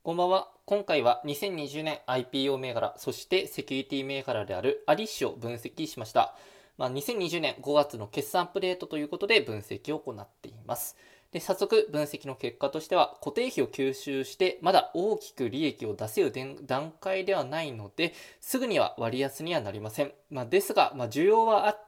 こんばんは。今回は2020年 IPO 銘柄、そしてセキュリティ銘柄であるアリッシュを分析しました。2020年5月の決算アップデートということで分析を行っています。で、早速分析の結果としては、固定費を吸収してまだ大きく利益を出せる段階ではないので、すぐには割安にはなりません。ですが、需要はあって、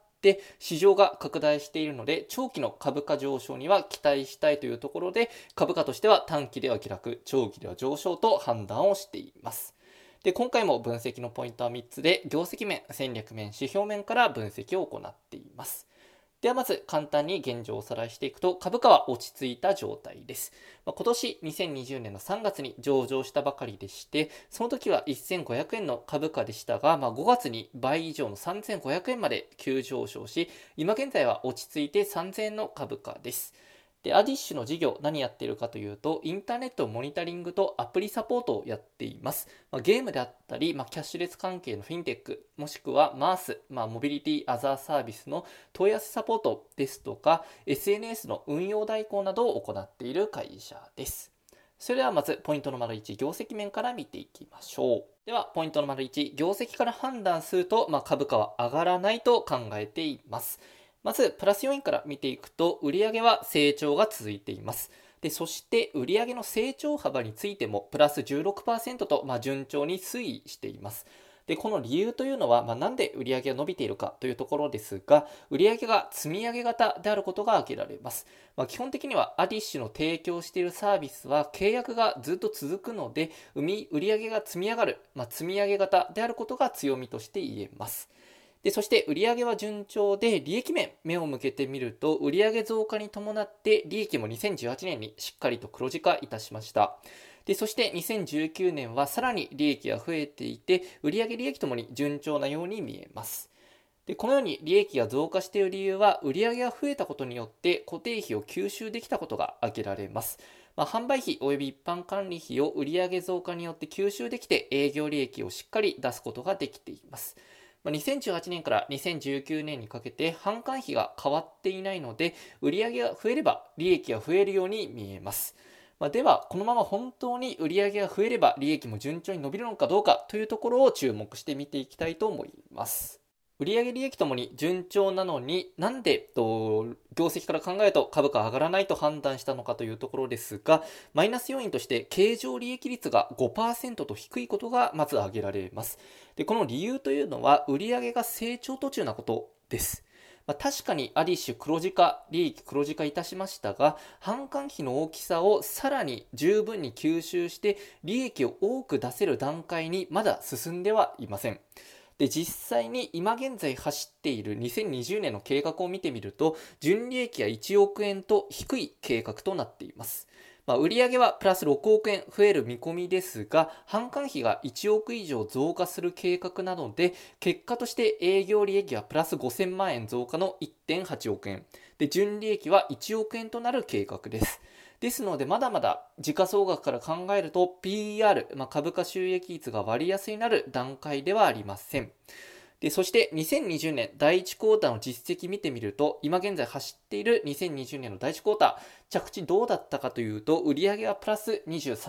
市場が拡大しているので、長期の株価上昇には期待したいというところで、株価としては短期では下落、長期では上昇と判断をしています。で、今回も分析のポイントは3つで、業績面、戦略面、指標面から分析を行っています。ではまず簡単に現状をおさらいしていくと、株価は落ち着いた状態です。今年2020年の3月に上場したばかりでして、その時は1500円の株価でしたが、5月に倍以上の3500円まで急上昇し、今現在は落ち着いて3000円の株価です。で、アディッシュの事業何やっているかというと、インターネットモニタリングとアプリサポートをやっています。ゲームであったり、キャッシュレス関係のフィンテック、もしくは MaaS、モビリティアザーサービスの問い合わせサポートですとか、SNS の運用代行などを行っている会社です。それではまずポイントの丸1、業績面から見ていきましょう。ではポイントの丸1、業績から判断すると、株価は上がらないと考えています。まずプラス要因から見ていくと、売上は成長が続いています。で、そして売上の成長幅についてもプラス 16% と、順調に推移しています。で、この理由というのは、なんで売上が伸びているかというところですが、売上が積み上げ型であることが挙げられます。基本的にはアディッシュの提供しているサービスは契約がずっと続くので、売上が積み上がる、積み上げ型であることが強みとして言えます。で、そして売上は順調で、利益面、目を向けてみると、売上増加に伴って利益も2018年にしっかりと黒字化いたしました。で、そして2019年はさらに利益が増えていて、売上利益ともに順調なように見えます。で、このように利益が増加している理由は、売上が増えたことによって固定費を吸収できたことが挙げられます。販売費及び一般管理費を売上増加によって吸収できて、営業利益をしっかり出すことができています。2018年から2019年にかけて販管費が変わっていないので、売上が増えれば利益が増えるように見えます。では、このまま本当に売上が増えれば利益も順調に伸びるのかどうかというところを注目して見ていきたいと思います。売上利益ともに順調なのに、なんで業績から考えると株価上がらないと判断したのかというところですが、マイナス要因として経常利益率が 5% と低いことがまず挙げられます。で、この理由というのは、売上が成長途中なことです。確かにアディッシュ利益黒字化いたしましたが、販管費の大きさをさらに十分に吸収して利益を多く出せる段階にまだ進んではいません。で、実際に今現在走っている2020年の計画を見てみると、純利益は1億円と低い計画となっています。売上はプラス6億円増える見込みですが、販管費が1億以上増加する計画なので、結果として営業利益はプラス5000万円増加の 1.8 億円。で、純利益は1億円となる計画です。ですので、まだまだ時価総額から考えると PER、株価収益率が割安になる段階ではありません。で、そして2020年第1クォーターの実績見てみると、今現在走っている2020年の第1クォーター、着地どうだったかというと、売上はプラス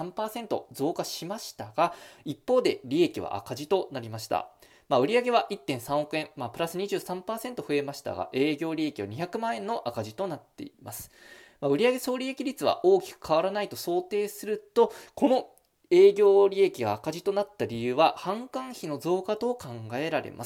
23% 増加しましたが、一方で利益は赤字となりました。売上は 1.3 億円、プラス 23% 増えましたが、営業利益は200万円の赤字となっています。売上総利益率は大きく変わらないと想定すると、この営業利益が赤字となった理由は販管費の増加と考えられます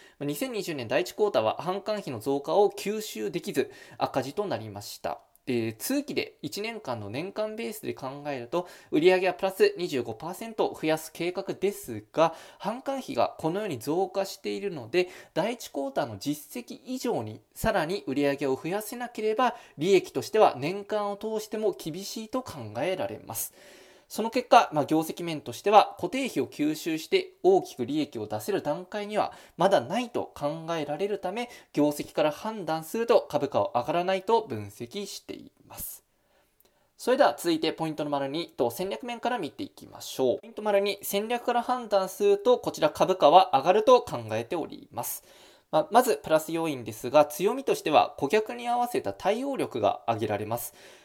。2020年第1クォーターは販管費の増加を吸収できず赤字となりました。で、通期で1年間の年間ベースで考えると、売上はプラス 25% 増やす計画ですが、販管費がこのように増加しているので、第1クォーターの実績以上にさらに売上を増やせなければ、利益としては年間を通しても厳しいと考えられます。その結果、業績面としては固定費を吸収して大きく利益を出せる段階にはまだないと考えられるため、業績から判断すると株価は上がらないと分析しています。それでは続いてポイントの丸2と戦略面から見ていきましょう。ポイント丸2、戦略から判断するとこちら株価は上がると考えております。まずプラス要因ですが、強みとしては顧客に合わせた対応力が挙げられます。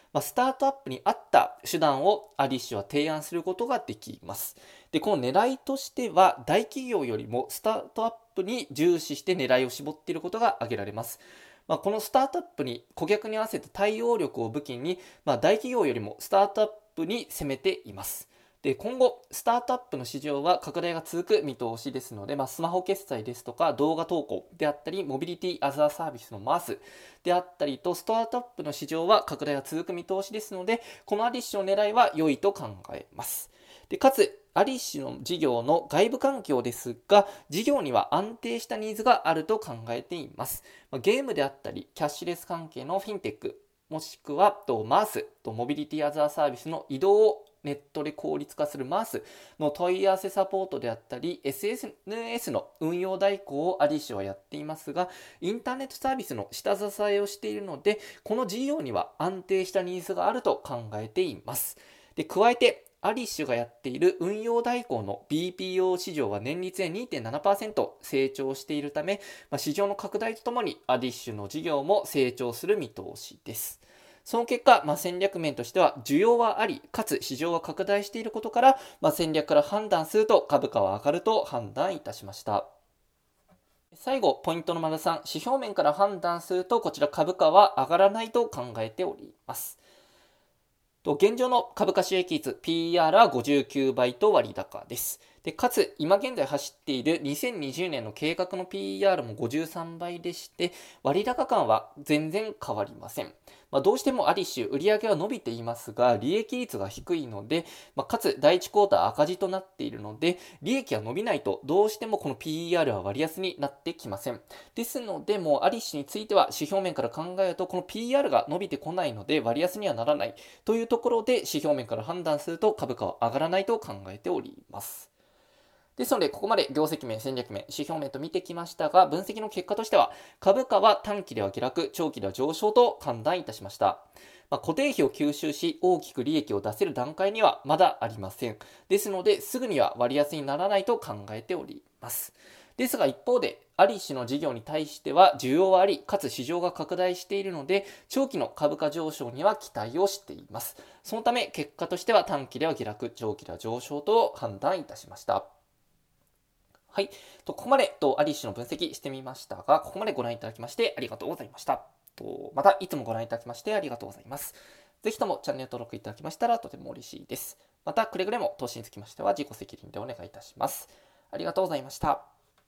スタートアップに合った手段をアリッシュは提案することができます。で、この狙いとしては、大企業よりもスタートアップに重視して狙いを絞っていることが挙げられます。このスタートアップに顧客に合わせた対応力を武器に、大企業よりもスタートアップに攻めています。で、今後、スタートアップの市場は拡大が続く見通しですので、スマホ決済ですとか動画投稿であったり、モビリティアザーサービスのマスであったりと、スタートアップの市場は拡大が続く見通しですので、このアリッシュの狙いは良いと考えます。で、かつ、アリッシュの事業の外部環境ですが、事業には安定したニーズがあると考えています。ゲームであったり、キャッシュレス関係のフィンテック、もしくはマース、モビリティアザーサービスの移動をネットで効率化するマースの問い合わせサポートであったり、SNS の運用代行をアリッシュはやっていますが、インターネットサービスの下支えをしているので、この事業には安定したニーズがあると考えています。で、加えて、アリッシュがやっている運用代行の BPO 市場は年率で 2.7% 成長しているため、市場の拡大とともにアリッシュの事業も成長する見通しです。その結果、戦略面としては需要はあり、かつ市場が拡大していることから、戦略から判断すると株価は上がると判断いたしました。最後、ポイントの丸3、指標面から判断すると、こちら株価は上がらないと考えております。現状の株価収益率 PR は59倍と割高です。で、かつ今現在走っている2020年の計画の PR も53倍でして、割高感は全然変わりません。どうしてもアリッシュ売上は伸びていますが、利益率が低いので、かつ第1クォーター赤字となっているので、利益が伸びないとどうしてもこの PR は割安になってきません。ですので、もうアリッシュについては指標面から考えると、この PR が伸びてこないので割安にはならないというところで、指標面から判断すると株価は上がらないと考えております。ですので、ここまで業績面、戦略面、指標面と見てきましたが、分析の結果としては、株価は短期では下落、長期では上昇と判断いたしました。固定費を吸収し、大きく利益を出せる段階にはまだありません。ですので、すぐには割安にならないと考えております。ですが一方で、アリッシュの事業に対しては需要はあり、かつ市場が拡大しているので、長期の株価上昇には期待をしています。そのため、結果としては短期では下落、長期では上昇と判断いたしました。はい。ここまでアリッシュの分析してみましたが、ここまでご覧いただきましてありがとうございました。また、いつもご覧いただきましてありがとうございます。ぜひともチャンネル登録いただきましたらとても嬉しいです。また、くれぐれも投資につきましては自己責任でお願いいたします。ありがとうございました。